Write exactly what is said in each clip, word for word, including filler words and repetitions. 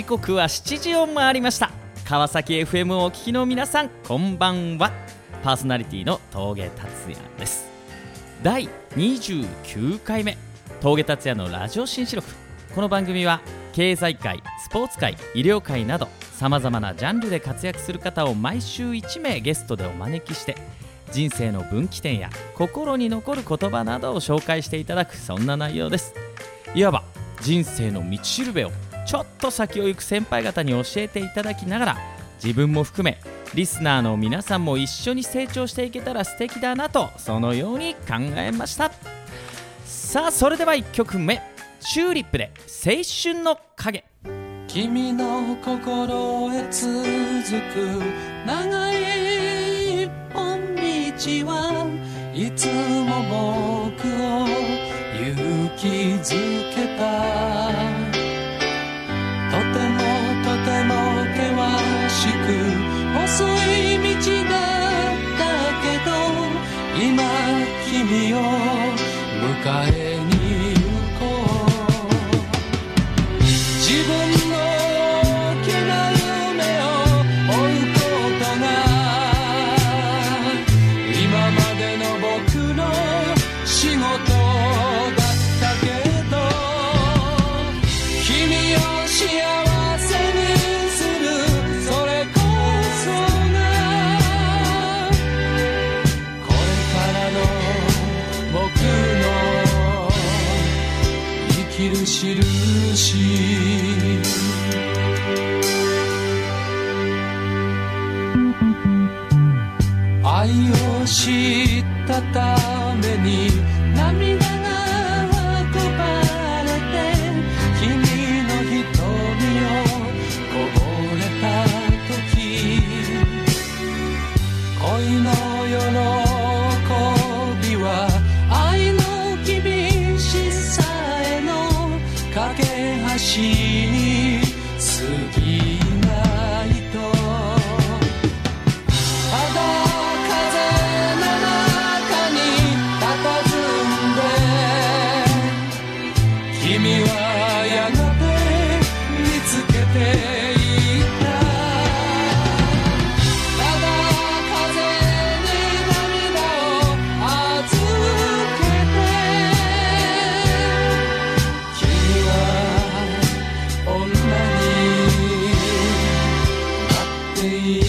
刻はしちじを回りました。川崎 エフエム をお聞きの皆さん、こんばんは。パーソナリティの峠達也です。だいにじゅうきゅうかいめ峠達也のラジオ新四録。この番組は経済界、スポーツ界、医療界などさまざまなジャンルで活躍する方を毎週いちめいゲストでお招きして、人生の分岐点や心に残る言葉などを紹介していただく、そんな内容です。いわば人生の道しるべをちょっと先を行く先輩方に教えていただきながら、自分も含めリスナーの皆さんも一緒に成長していけたら素敵だなと、そのように考えました。さあ、それではいっきょくめ、チューリップで青春の影。 君の心へ続く長い一本道はいつも僕を勇気づけた。とてもとても険しく細い道だったけど、今君を迎えに行こう。自分の大きな夢を追うことが今までの僕の仕事だったけど、君を幸せにするそれこそがこれからの僕の生きる印。愛を知ったために涙が運ばれて、君の瞳をこぼれた時、恋の喜びは愛の厳しさへの架け橋に過ぎないと。ただ風の中に佇んで、君はやがて見つけていった。ただ風に涙を預けて、君は女になっていった。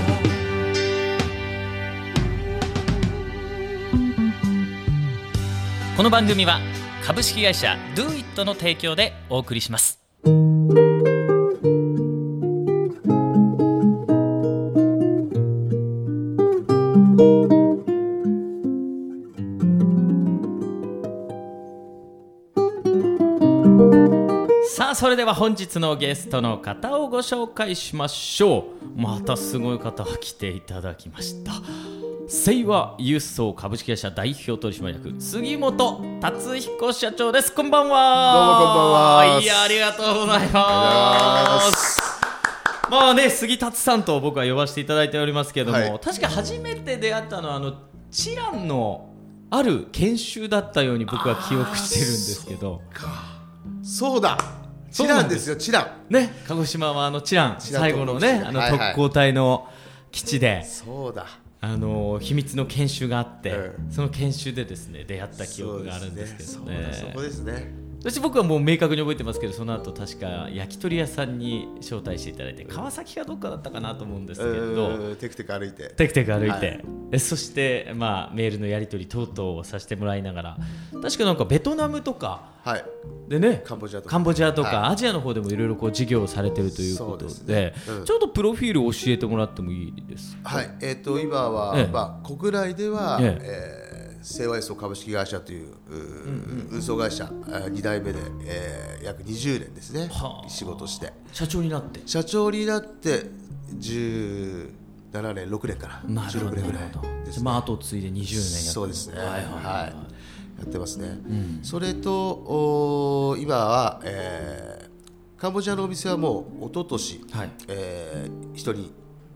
この番組は株式会社 ドゥイット の提供でお送りします。さあ、それでは本日のゲストの方をご紹介しましょう。またすごい方が来ていただきました。セイワ輸送株式会社代表取締役杉本達彦社長です。こんばんは。 どうもこんばんは。 いや、ありがとうございます。まあね、杉達さんと僕は呼ばせていただいておりますけども、はい、確か初めて出会ったのはあのチランのある研修だったように僕は記憶してるんですけど。 そうか、そうだ、チランですよ。チランね、鹿児島はあのチラン、最後のね、あの特攻隊の基地で、はいはい、そうだ、あの秘密の研修があって、うん、その研修でですね出会った記憶があるんですけどね。 そこですね。 私僕はもう明確に覚えてますけど、その後確か焼き鳥屋さんに招待していただいて、川崎かどっかだったかなと思うんですけど、 テクテク歩いてテクテク歩いて、はい、えそして、まあ、メールのやり取り等々をさせてもらいながら、確かなんかベトナムとか、はい、でね、カンボジアとか、カンボジアとか、はい、アジアの方でもいろいろ事業をされてるということ で, で、ね、うん、ちょっとプロフィールを教えてもらってもいいですか。 はい、えー、と今は、ええ、まあ、国内では、えええーセイワ輸送株式会社という、うんうん、運送会社にだいめで、えー、約にじゅうねんですね、はあ、仕事して社長になって社長になってじゅうななねんろくねんかな、じゅうろくねんぐらいですね。 まあ、後を継いでにじゅうねんやって、 そうですね、はいはいはい、やってますね、うん、それと今は、えー、カンボジアのお店はもう一昨年、はい、えー、人に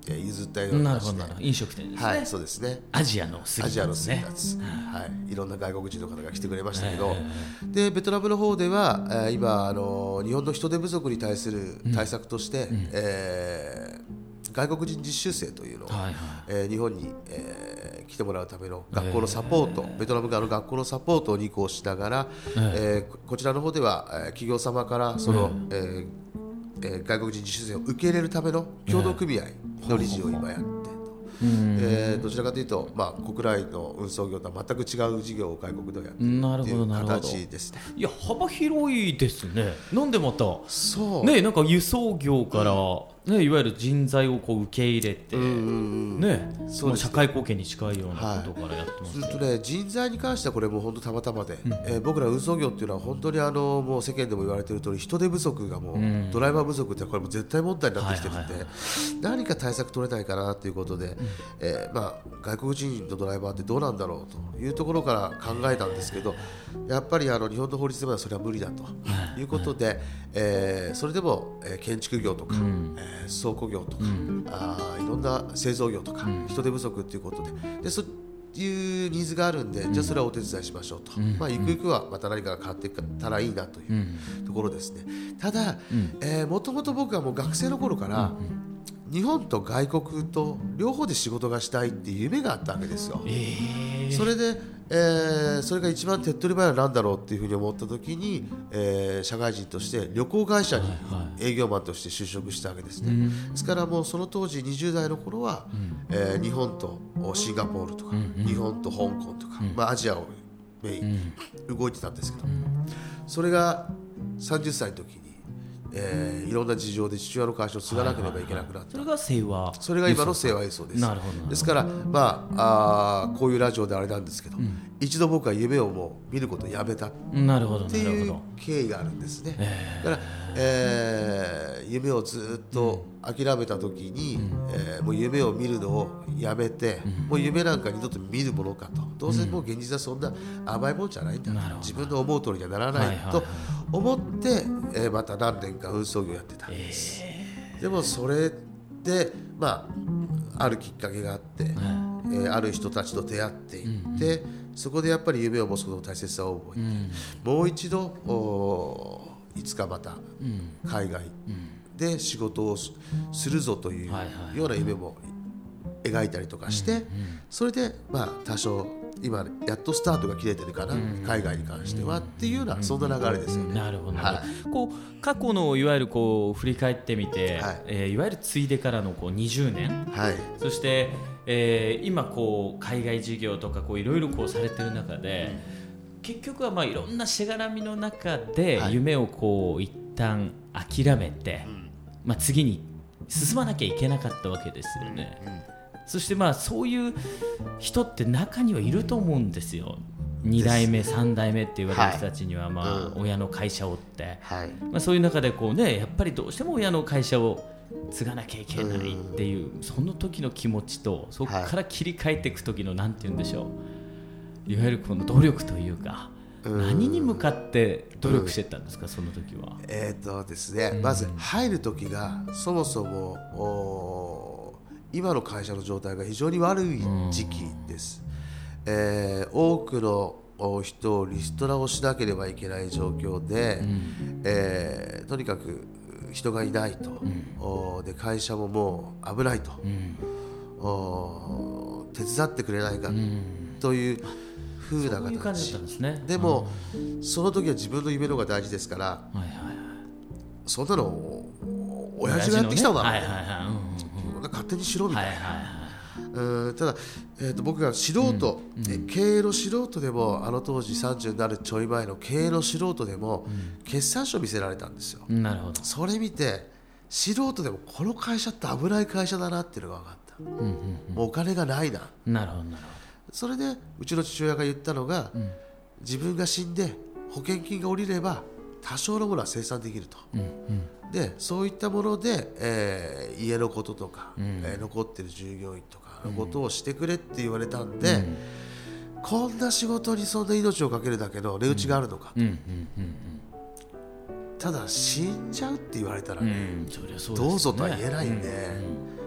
譲ったような形で。 なるほど、飲食店ですね。 はい、そうですね。 アジアのスイーツ、ね、 アジアのスイーツ、はい、いろんな外国人の方が来てくれましたけど、でベトナムの方では、えー、今あの日本の人手不足に対する対策として、うんえー、外国人実習生というのを、はいはいえー、日本に、えー、来てもらうための学校のサポート、えー、ベトナム側の学校のサポートをにこうしながら、えーえー、こちらの方では、えー、企業様からその、えーえー、外国人実習生を受け入れるための協同組合の理事を今やって、えー、どちらかというと、まあ、国内の運送業とは全く違う事業を外国でやっているという形ですね。 いや幅広いですね。なんでまたそう、 ね、なんか輸送業から、ね、いわゆる人材をこう受け入れて、うんうんね、そうですね、社会貢献に近いようなことからやってます、ねはい、するとね、人材に関してはこれも本当たまたまで、うんえー、僕ら運送業っていうのは本当にあのもう世間でも言われている通り人手不足がもう、うん、ドライバー不足ってこれも絶対問題になってきてるんで、はいはいはい、何か対策取れないかなということで、うんえーまあ、外国人のドライバーってどうなんだろうというところから考えたんですけど、やっぱりあの日本の法律ではそれは無理だということで、はいえー、それでも、えー、建築業とか、うんえー倉庫業とか、うん、あいろんな製造業とか、うん、人手不足ということで、でそういうニーズがあるんで、うん、じゃあそれはお手伝いしましょうと、うんまあ、ゆくゆくはまた何かが変わっていったらいいなというところですね。ただ、うんえー、もともと僕はもう学生の頃から、うん、日本と外国と両方で仕事がしたいっていう夢があったわけですよ、えー、それでえー、それが一番手っ取り早いのは何だろうっていうふうに思った時に、えー、社会人として旅行会社に営業マンとして就職したわけですね、はいはい、ですからもうその当時にじゅう代の頃は、うんえー、日本とシンガポールとか、うん、日本と香港とか、うんまあ、アジアをメインに動いてたんですけど、うん、それがさんじゅっさいの時にえー、いろんな事情で父親の会社を継がなければいけなくなった、 はいはいはい、それが清和それが今の清和輸送です。 なるほど。 ですから、まあ、あこういうラジオであれなんですけど、うん、一度僕は夢をもう見ることをやめたっていう経緯があるんですね。えー、だから、えー、夢をずっと諦めた時に、うんえー、もう夢を見るのをやめて、うん、もう夢なんか二度と見るものかと、どうせもう現実はそんな甘いもんじゃないんだ、うん、自分の思う通りにはならないと思って、はいはいはいえー、また何年か運送業やってたんです、えー、でもそれで、まあ、あるきっかけがあって、うんえー、ある人たちと出会っていって、うん、そこでやっぱり夢を持つことの大切さを覚えて、うん、もう一度おいつかまた海外で仕事をするぞというような夢も描いたりとかして、それでまあ多少今やっとスタートが切れてるかな、海外に関してはっていうようなそんな流れですよね。 なるほど、はい、こう過去のいわゆるこう振り返ってみて、はいえー、いわゆる継いでからのこうにじゅうねん、はい、そして、えー、今こう海外事業とかこういろいろこうされてる中で、うん、結局はまあいろんなしがらみの中で夢をこう一旦諦めて、うんまあ、次に進まなきゃいけなかったわけですよね、うんうん、そしてまあそういう人って中にはいると思うんですよ。に代目さん代目って言われる人たちにはまあ親の会社をって、はいまあ、そういう中でこうねやっぱりどうしても親の会社を継がなきゃいけないっていうその時の気持ちとそこから切り替えていく時のなんて言うんでしょう、いわゆるこの努力というか何に向かって努力してたんですか、その時は。 えーとですね、まず入る時がそもそも今の会社の状態が非常に悪い時期です、えー、多くの人をリストラをしなければいけない状況で、うんえー、とにかく人がいないと、うん、で会社ももう危ないと、うん、手伝ってくれないかという風な形、そういう感じだったんですね。でも、うん、その時は自分の夢の方が大事ですから、はいはいはい、そんなの親父がやってきたんだろう、ねはいはいはいうんうん、勝手にしろみたいな、はいはいはいうんただ、えー、と僕が素人、うんうん、経営の素人でもあの当時さんじゅうになるちょい前の経営の素人でも、うん、決算書見せられたんですよ。 なるほど。 それ見て素人でもこの会社って危ない会社だなっていうのが分かった、うんうんうん、もうお金がないな。 なるほどなるほど。それでうちの父親が言ったのが、うん、自分が死んで保険金が下りれば多少のものは生産できると、うんうん、でそういったもので、えー、家のこととか、うんえー、残ってる従業員とかのことをしてくれって言われたんで、うん、こんな仕事にそんな命をかけるだけの値打ちがあるのかと、うんうんうんうん、ただ死んじゃうって言われたらね、うん、そりゃそうですね、どうぞとは言えないんで、うんうん、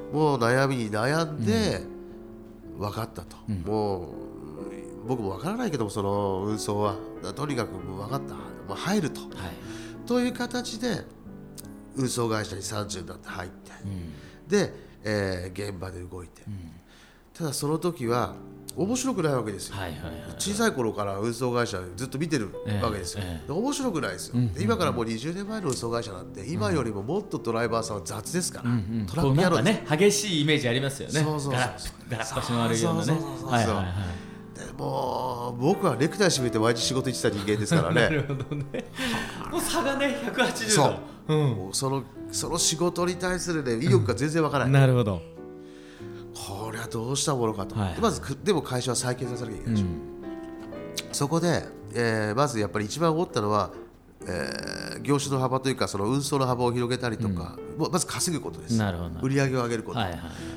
もう悩みに悩んで分かったと、うん、もう僕も分からないけどもその運送はとにかくもう分かった、もう入ると、はい、という形で運送会社にさんじゅうになって入って、うん、で、えー、現場で動いて、うん、ただその時は面白くないわけですよ、はいはいはいはい、小さい頃から運送会社ずっと見てるわけですよ、えーえー、面白くないですよ、うんうんうん、今からもうにじゅうねんまえの運送会社なんて今よりももっとドライバーさんは雑ですから、うんうん、 トラックやろうね、激しいイメージありますよね。そうそうそう、ガラッガラッパシの悪いようなね。 でも僕はネクタイ締めて毎日仕事行ってた人間ですからねなるほどねもう差がねひゃくはちじゅうど、 そう、うん、もうその、その仕事に対する、ね、意欲が全然わからない、 うん、なるほど。 これはどうしたものかと、はい、まずでも会社は再建させなきゃいけないでしょ、うん、そこで、えー、まずやっぱり一番思ったのは、えー、業種の幅というかその運送の幅を広げたりとか、うん、まず稼ぐことです。なるほど。売り上げを上げること、はいはい、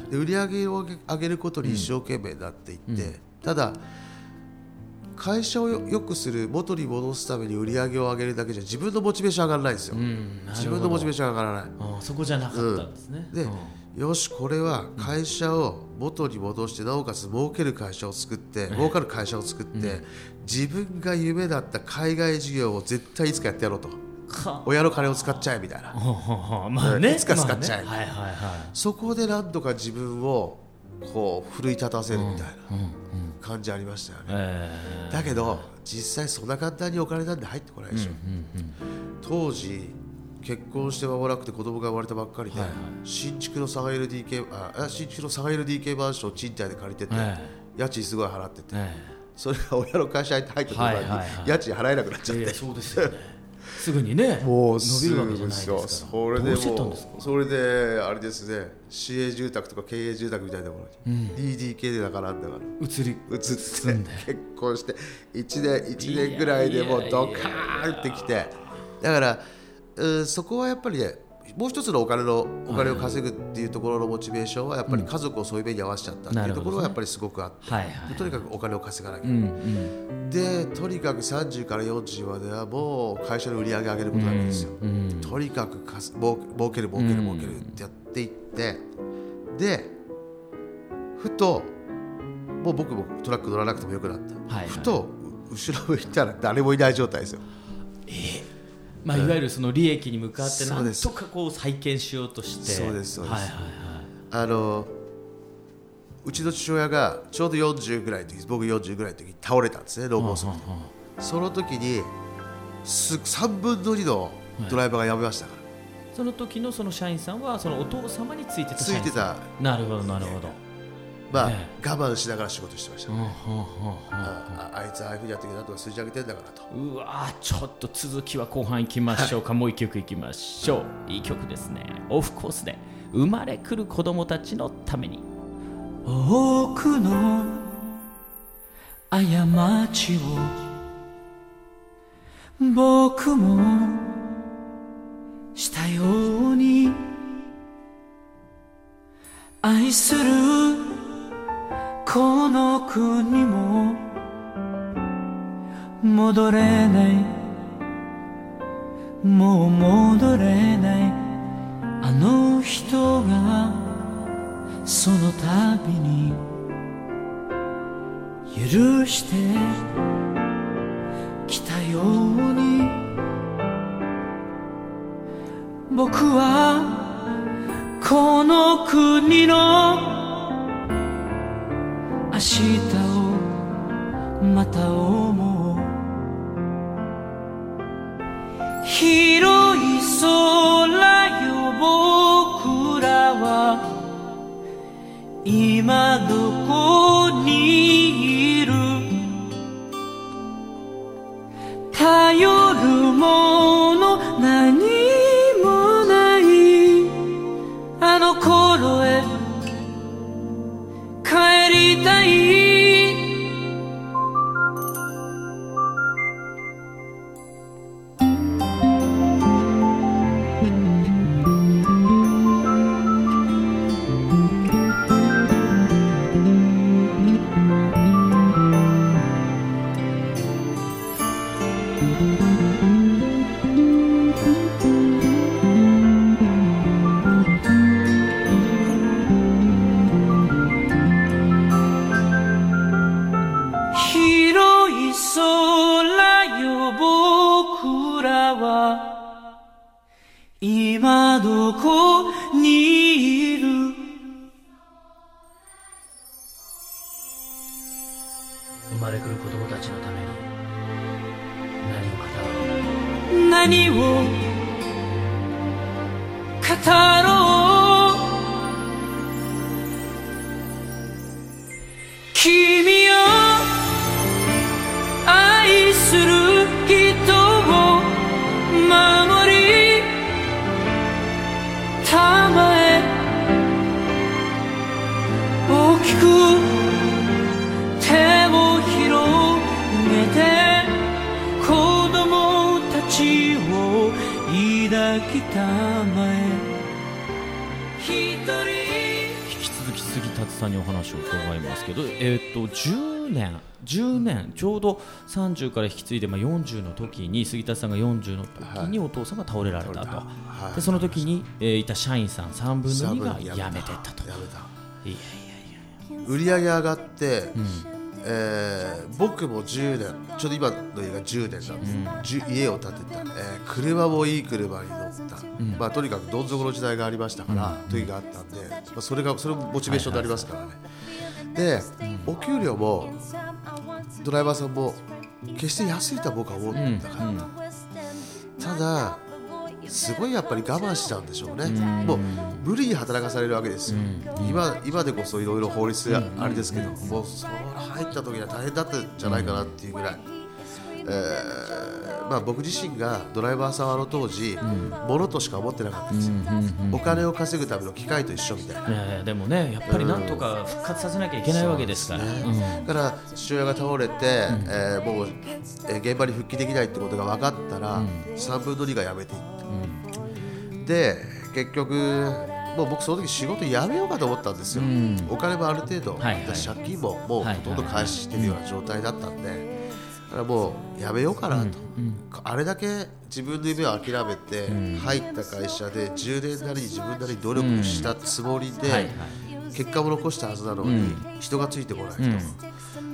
で売り上げを上げることに一生懸命になっていって、うんうん、ただ会社を良くする元に戻すために売り上げを上げるだけじゃ自分のモチベーション上がらないんですよ、うん、自分のモチベーション上がらない。 あそこじゃなかったんですね、 うん、で、うん、よしこれは会社を元に戻してなおかつ儲ける会社を作って、うん、儲かる会社を作って、うん、自分が夢だった海外事業を絶対いつかやってやろうと、親の金を使っちゃえみたいな、まあね、いつか使っちゃえ、まあね、はいはいはい、そこで何とか自分をこう奮い立たせるみたいな感じありましたよね、えー、だけど実際そんな簡単にお金なんて入ってこないでしょ、うんうんうん、当時結婚して間もなくて子供が生まれたばっかりで、はいはい、新築の スリーエルディーケー あ新築の スリーエルディーケー マンションを賃貸で借りてて、えー、家賃すごい払ってて、えー、それが親の会社に入った途端に家賃払えなくなっちゃって、はいはいはい、 そうですよねすぐにねもう伸びるわけじゃないですから。それでもうそれであれですね、市営住宅とか経営住宅みたいなものに、うん、ディーディーケー でだからなんだから移り移って結婚していちねんいちねんぐらいでもうドカーンってきて、だから、うん、そこはやっぱりねもう一つのお金のお金を稼ぐっていうところのモチベーションはやっぱり家族をそういう目に合わせちゃったっていうところはやっぱりすごくあって、はいはい、とにかくお金を稼がなきゃ、うんうん、でとにかくさんじゅうからよんじゅうまではもう会社の売り上げ上げることなんですよ、うんうん、とにかくかす儲ける儲ける儲けるってやっていって、でふともう僕もトラック乗らなくてもよくなった、はいはい、ふと後ろ向いたら誰もいない状態ですよ。 えーまあ、いわゆるその利益に向かって何とかこう再建しようとして、 そうですそうです、はいはいはい、あのうちの父親がちょうどよんじゅうぐらいの時、僕よんじゅうぐらいの時に倒れたんですね、脳梗塞で、はあはあ、その時にさんぶんのにのドライバーが辞めましたから、はい、 その時のその社員さんはそのお父様についてた社員さん、ついてた。 なるほどなるほど、 まあね、我慢しながら仕事してましたね、あ, あ, あいつああいうふうにやってきてなんとか数字上げてんだからと。 うわちょっと続きは後半いきましょうか、はい、もう一曲いきましょう。いい曲ですね。オフコースで生まれ来る子供たちのために。 多くの過ちを僕もしたように愛するこの国も戻れない、もう戻れないあの人がその度に許してきたように、僕はこの国の明日をまた思う。広い空よ僕らは今どこにいる。頼るもの何もないあの頃へ帰りたい。 今どこにいる。 生まれくる子供たちのために何を語ろう。何を語ろう。君を愛する人を守りたまえ。大きく手を広げて子供たちを抱きたまえ。一人引き続き杉達さんにお話を伺いますけど、えー、とじゅうねんじゅうねんちょうどさんじゅうから引き継いで、まあ、よんじゅうの時に杉達さんがよんじゅうの時にお父さんが倒れられたと、はい、でその時に、えー、いた社員さんさんぶんのにが辞めてったと。 やめた。 いやいやいや、 売り上げ上がって、うん、えー、僕もじゅうねん、ちょうど今の家がじゅうねんなんです、うん、家を建てた、えー、車もいい車に乗った、うん、まあ、とにかくどん底の時代がありましたから、うん、時があったんで、まあ、それがそれもモチベーションになりますからね、はいはいはい、で、うん、お給料もドライバーさんも決して安いとは僕は思ってなかった、うんうん、ただすごいやっぱり我慢したんでしょうね、うん、もう無理に働かされるわけですよ、うん、今, 今でこそいろいろ法律があれですけど、うん、もうその入った時には大変だったんじゃないかなっていうぐらい、えーまあ、僕自身がドライバーさんはあの当時、うん、物としか思ってなかったんですよ、うんうんうん、お金を稼ぐための機械と一緒みたいな。 いやいやでもね、やっぱりなんとか復活させなきゃいけないわけですから、ね、 うん、だから父親が倒れて、うん、えー、もう、えー、現場に復帰できないってことが分かったら、うん、さんぶんのにが辞めていった、うん、で結局もう僕その時仕事辞めようかと思ったんですよ、うん、お金もある程度、はいはい、借金ももうほとんど返してるような状態だったんで、だからもうやめようかなと、うんうん、あれだけ自分の夢を諦めて入った会社でじゅうねんなりに自分なりに努力したつもりで、うん、はいはい、結果も残したはずなのに、うん、人がついてこないと、うん、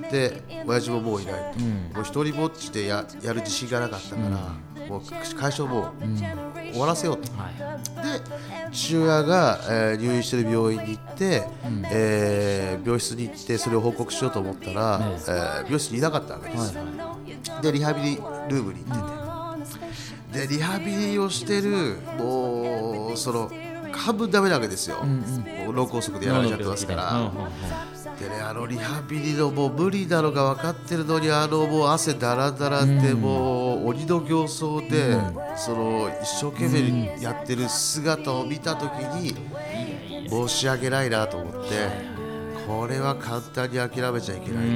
で親父ももういないと、うん、もう一人ぼっちで や, やる自信がなかったから、うん、もう会社をもう、うん、終わらせようと、はい、で父親が、えー、入院している病院に行って、うん、えー、病室に行ってそれを報告しようと思ったら、ね、えー、病室にいなかったわけです、はいはい、でリハビリルームに行ってて、でリハビリをしてるもうその半分ダメなわけですよ、うんうん、脳梗塞でやられちゃってますから、うんうんうん、でね、あのリハビリのもう無理なのが分かってるのに、あのもう汗だらだらってもう鬼の形相で、うん、その一生懸命やってる姿を見た時に申し訳ないなと思って、これは簡単に諦めちゃいけないと思って、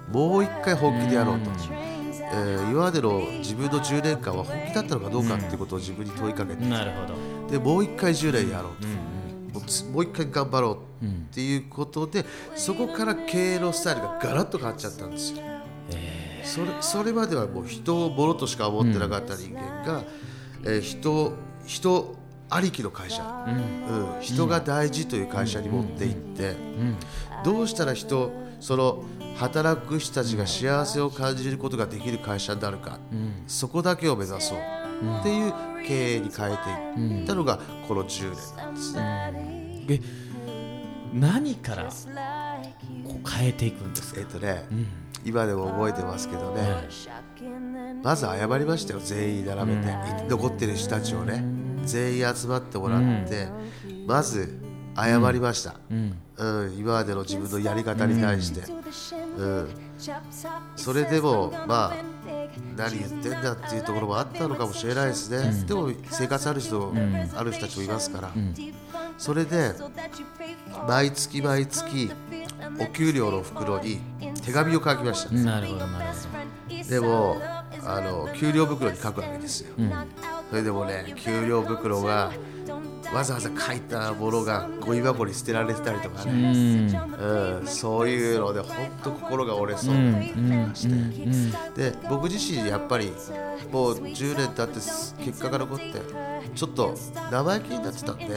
もう一回本気でやろうと、えー、今までの自分のじゅうねんかんは本気だったのかどうかっていうことを自分に問いかけて、なるほど、でもう一回じゅうねんやろうと、うん、もう一回頑張ろうっていうことで、そこから経営のスタイルがガラッと変わっちゃったんですよ、えー、それ、それまではもう人を物としか思ってなかった人間が、うん、えー、人、人ありきの会社、うんうん、人が大事という会社に持っていって、うん、どうしたら人、その働く人たちが幸せを感じることができる会社になるか、うん、そこだけを目指そうっていう経営に変えていったのがこのじゅうねんなんですね、 うん、え何からこう変えていくんですか？ えっとね、うん、今でも覚えてますけどね、うん、まず謝りましたよ、全員並べて、うん、残ってる人たちをね、全員集まってもらって、うん、まず謝りました、うんうん、今までの自分のやり方に対して、うんうん、それでもまあ何言ってんだっていうところもあったのかもしれないですね、うん、でも生活ある人、うん、ある人たちもいますから、うん、それで毎月毎月お給料の袋に手紙を書きました、ね、 なるほどなるほど。でもあの給料袋に書くわけですよ、うん、それでもね、給料袋がわざわざ書いたものがゴミ箱に捨てられてたりとかね、うんうん、そういうので本当心が折れそうになってまして、うんうんうん、で僕自身やっぱりもうじゅうねん経って結果が残ってちょっと生意気になってたんで、うん、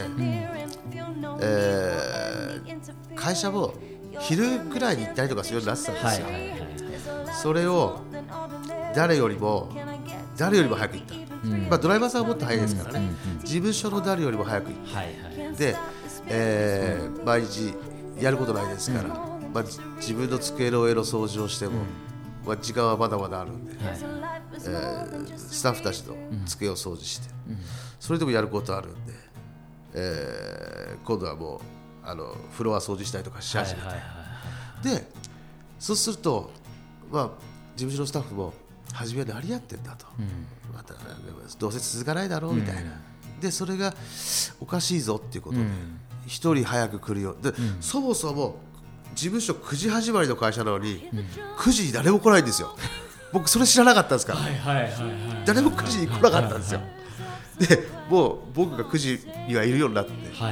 えー、会社も昼くらいに行ったりとかするようになってたんですよ、はいはいはい、それを誰よりも誰よりも早く行った、 まあ、ドライバーさんはもっと早いですからね、事務所の誰よりも早く行って、はいはい、で、えー、毎日やることないですから、うんまあ、自分の机の上の掃除をしても、うんまあ、時間はまだまだあるんで、はいえー、スタッフたちの机を掃除して、うん、それでもやることあるんで、えー、今度はもうあのフロア掃除したりとかし始めて、はいはいはいはい、でそうすると、まあ、事務所のスタッフも初めは何やってんだと、うん、またどうせ続かないだろうみたいな、うん、でそれがおかしいぞっていうことで一、うん、人早く来るよで、うん、そもそも事務所くじ始まりの会社なのに、うん、くじに誰も来ないんですよ。僕それ知らなかったんですから、はいはいはいはい、誰もくじに来なかったんですよ。でもう僕がくじにはいるようになって、はい、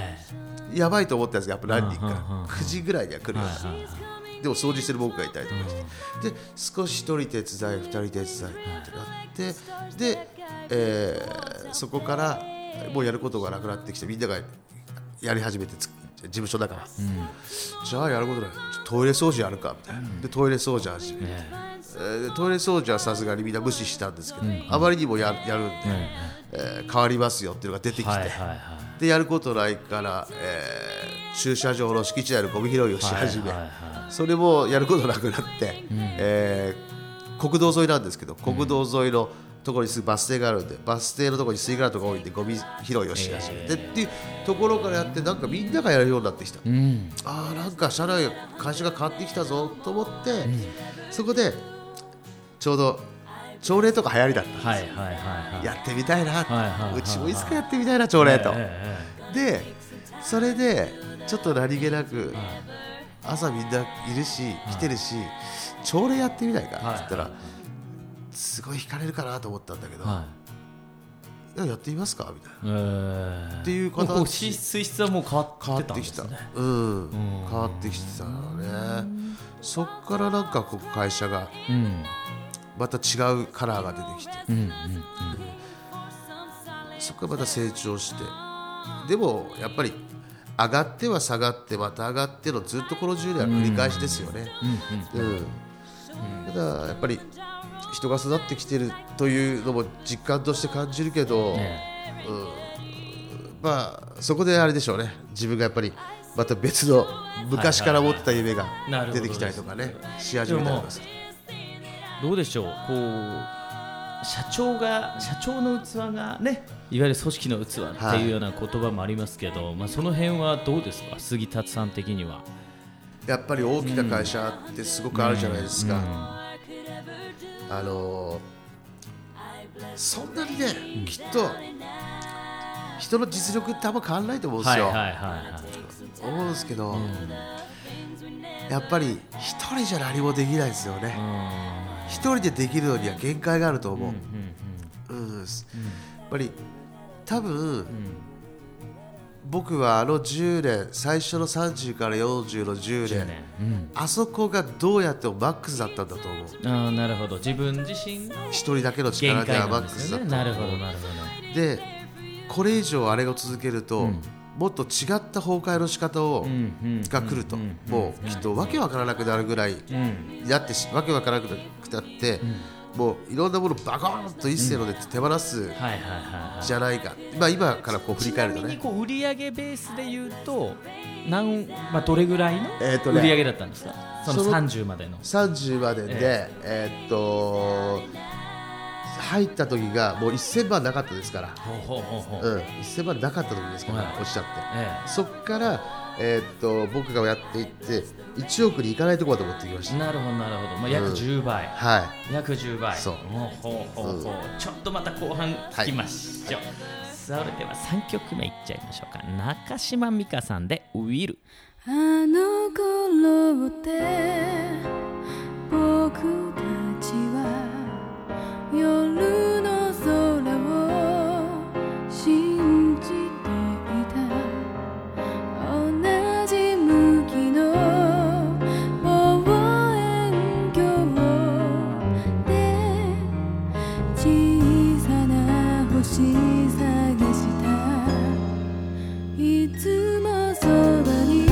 やばいと思ったんですがやっぱ何人かくじぐらいには来るようになって、はいはいはい、でも掃除してる僕がいたりとかして、うん、で少しひとり手伝いふたり手伝いってなって、で、えー、そこからもうやることがなくなってきてみんながやり始めて事務所だから、うん、じゃあやることないトイレ掃除やるかみたいな、うん、でトイレ掃除始めて、ねえー、トイレ掃除はさすがにみんな無視したんですけど、うん、あまりにも や, やるんで、うんえー、変わりますよっていうのが出てきて、はいはいはい、でやることないから、えー、駐車場の敷地内のゴミ拾いをし始め、はいはいはい、それもやることなくなって、うんえー、国道沿いなんですけど国道沿いのところにすぐバス停があるんでバス停のところに吸い殻とか置いてゴミ拾いをし始めて、えー、っていうところからやってなんかみんながやるようになってきた、うん、あーなんか社内会社が変わってきたぞと思って、うん、そこでちょうど朝礼とか流行りだったんです、はいはいはいはい、やってみたいな、はいはいはいはい、うちもいつかやってみたいな朝礼と、えー、でそれでちょっと何気なく朝みんないるし来てるし朝礼やってみないかって言ったらすごい惹かれるかなと思ったんだけど、はい、いや, やってみますかみたいな、えー、っていう形水質はもう変わってたんですね。 変わってきた、うん、変わってきてたのね。そっからなんかこう会社がまた違うカラーが出てきて、うんうんうん、そこからまた成長してでもやっぱり上がっては下がってまた上がってのずっとこのじゅうねんは繰り返しですよね。ただやっぱり人が育ってきてるというのも実感として感じるけど、ねうんまあ、そこであれでしょうね自分がやっぱりまた別の昔から持ってた夢が出てきたりとかねし始めたります。 どうでしょうこう社長が社長の器がねいわゆる組織の器っていうような言葉もありますけど、はいまあ、その辺はどうですか杉達さん的には。 やっぱり大きな会社ってすごくあるじゃないですか、うんうんあのー、そんなにね、うん、きっと人の実力ってあんま変わらないと思うんですよ、はいはいはいはい、思うんですけど、うん、やっぱり一人じゃ何もできないですよね、うん、一人でできるのには限界があると思う、うんうんうん、やっぱり多分、うん僕はあのじゅうねん最初のさんじゅうからよんじゅうのじゅうねん、じゅうねんうん、あそこがどうやってもマックスだったんだと思う。 あなるほど自分自身一人だけの力ではマックスだったと思う。 なるほどなるほど。 でこれ以上あれを続けると、うん、もっと違った崩壊の仕方を、うん、が来ると、うん、もうきっとわけわからなくなるぐらい、うん、やってわけわからなくなって、うんもういろんなものをバコーンと一斉ので手放すじゃないか、まあ、今からこう振り返るとねちなみにこう売上ベースでいうと何、まあ、どれぐらいの売上だったんですか、えーとね、そのさんじゅうまでのさんじゅうまでで、えーえー、っと入った時がもうせんまんなかったですからほうほうほうほう、うん、せんまんなかった時ですから、はい、落ちちゃって、えー、そっからえー、っと僕がやっていっていちおくにいかないところまで持ってきました。 なるほどなるほど、まあ、約じゅうばい、うんはい、約じゅうばいそうほうほうほうほう、うん、ちょっとまた後半聞きましょう、はい、それではさんきょくめいっちゃいましょうか。中島美嘉さんでウィル。 あの頃って僕たちは夜の空を信じていた同じ向きの望遠鏡で小さな星探したいつもそばに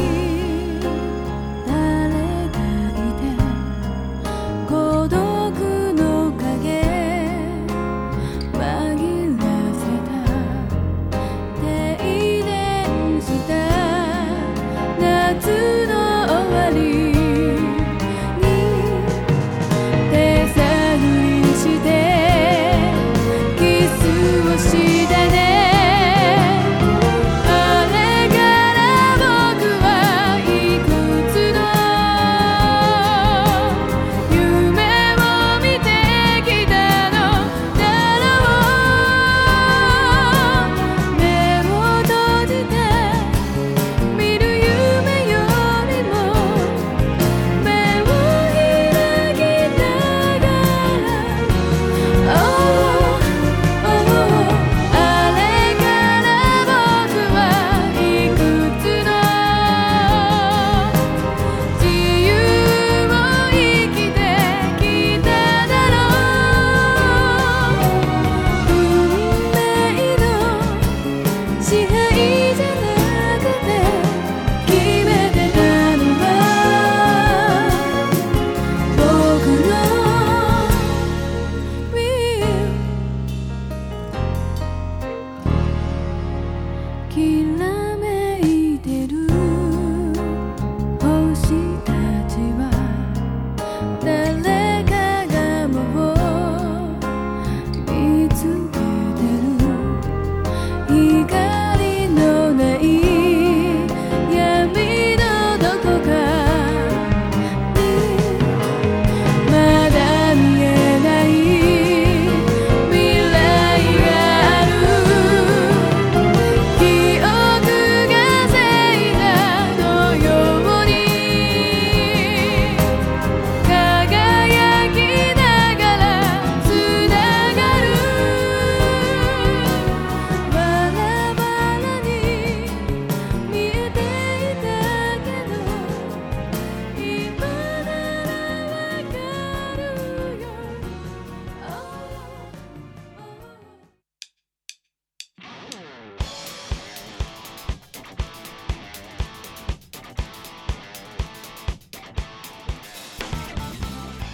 誰かいて孤独の影紛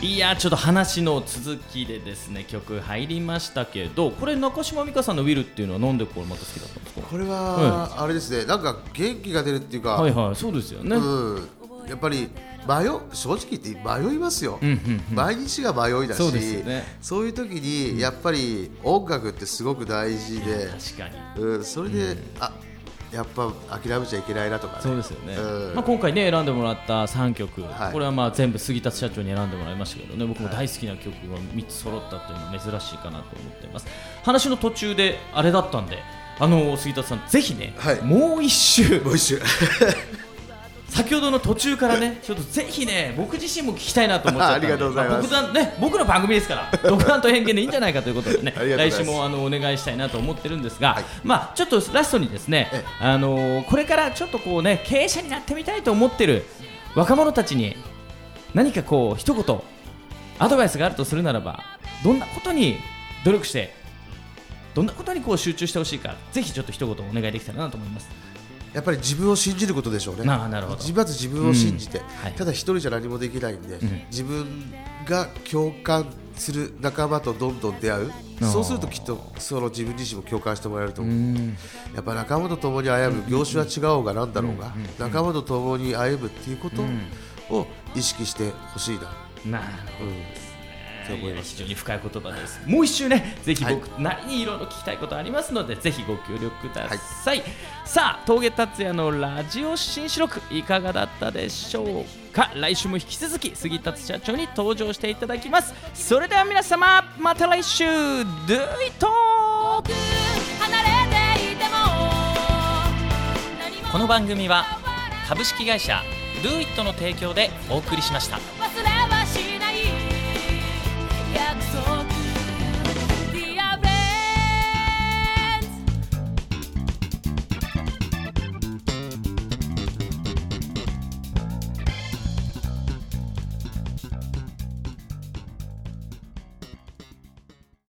いやちょっと話の続きでですね曲入りましたけど、これ中島美嘉さんのウィルっていうのはなんでこれまた好きだったんですか？ これはあれですね、なんか元気が出るっていうか、 はいはい、そうですよね、 うん、やっぱり迷正直言って迷いますよ、 うんうんうん、 毎日が迷いだし、 そうですよね、 そういう時にやっぱり音楽ってすごく大事で、 確かに、 うん、それで、うん、あやっぱ諦めちゃいけないなとかね。 そうですよね、 うん、 まあ、今回ね選んでもらったさんきょく、 はい、 これはまあ全部杉達社長に選んでもらいましたけどね、僕も大好きな曲がみっつ揃ったっていうのは珍しいかなと思っています。話の途中であれだったんで、あの杉達さんぜひね、はい、もう一周もう一周先ほどの途中からねちょっとぜひね僕自身も聞きたいなと思っちゃったんでありがとうございます、 まあ、僕, ね、僕の番組ですから独断と偏見でいいんじゃないかということでね来週もあのお願いしたいなと思ってるんですが、はい、まあ、ちょっとラストにですね、あのー、これからちょっとこうね経営者になってみたいと思ってる若者たちに何かこう一言アドバイスがあるとするならば、どんなことに努力してどんなことにこう集中してほしいか、ぜひちょっと一言お願いできたらなと思います。 やっぱり自分を信じることでしょうね。 なるほど、 まず自分を信じて、 うん、はい、 ただ一人じゃ何もできないんで、うん、自分が共感する仲間とどんどん出会う、そうするときっとその自分自身も共感してもらえると思う、うん、やっぱ仲間と共に歩む、業種は違おうがなんだろうが、うんうん、仲間と共に歩むっていうことを意識してほしいな。 なるほど、うん思います。 非常に深い言葉です。もう一周ね、ぜひ僕なりにいろいろ聞きたいことありますので、ぜひご協力ください、はい、さあ峠達也のラジオ新四録いかがだったでしょうか。来週も引き続き杉達社長に登場していただきます。それでは皆様また来週 Do it! この番組は株式会社 Do it の提供でお送りしました。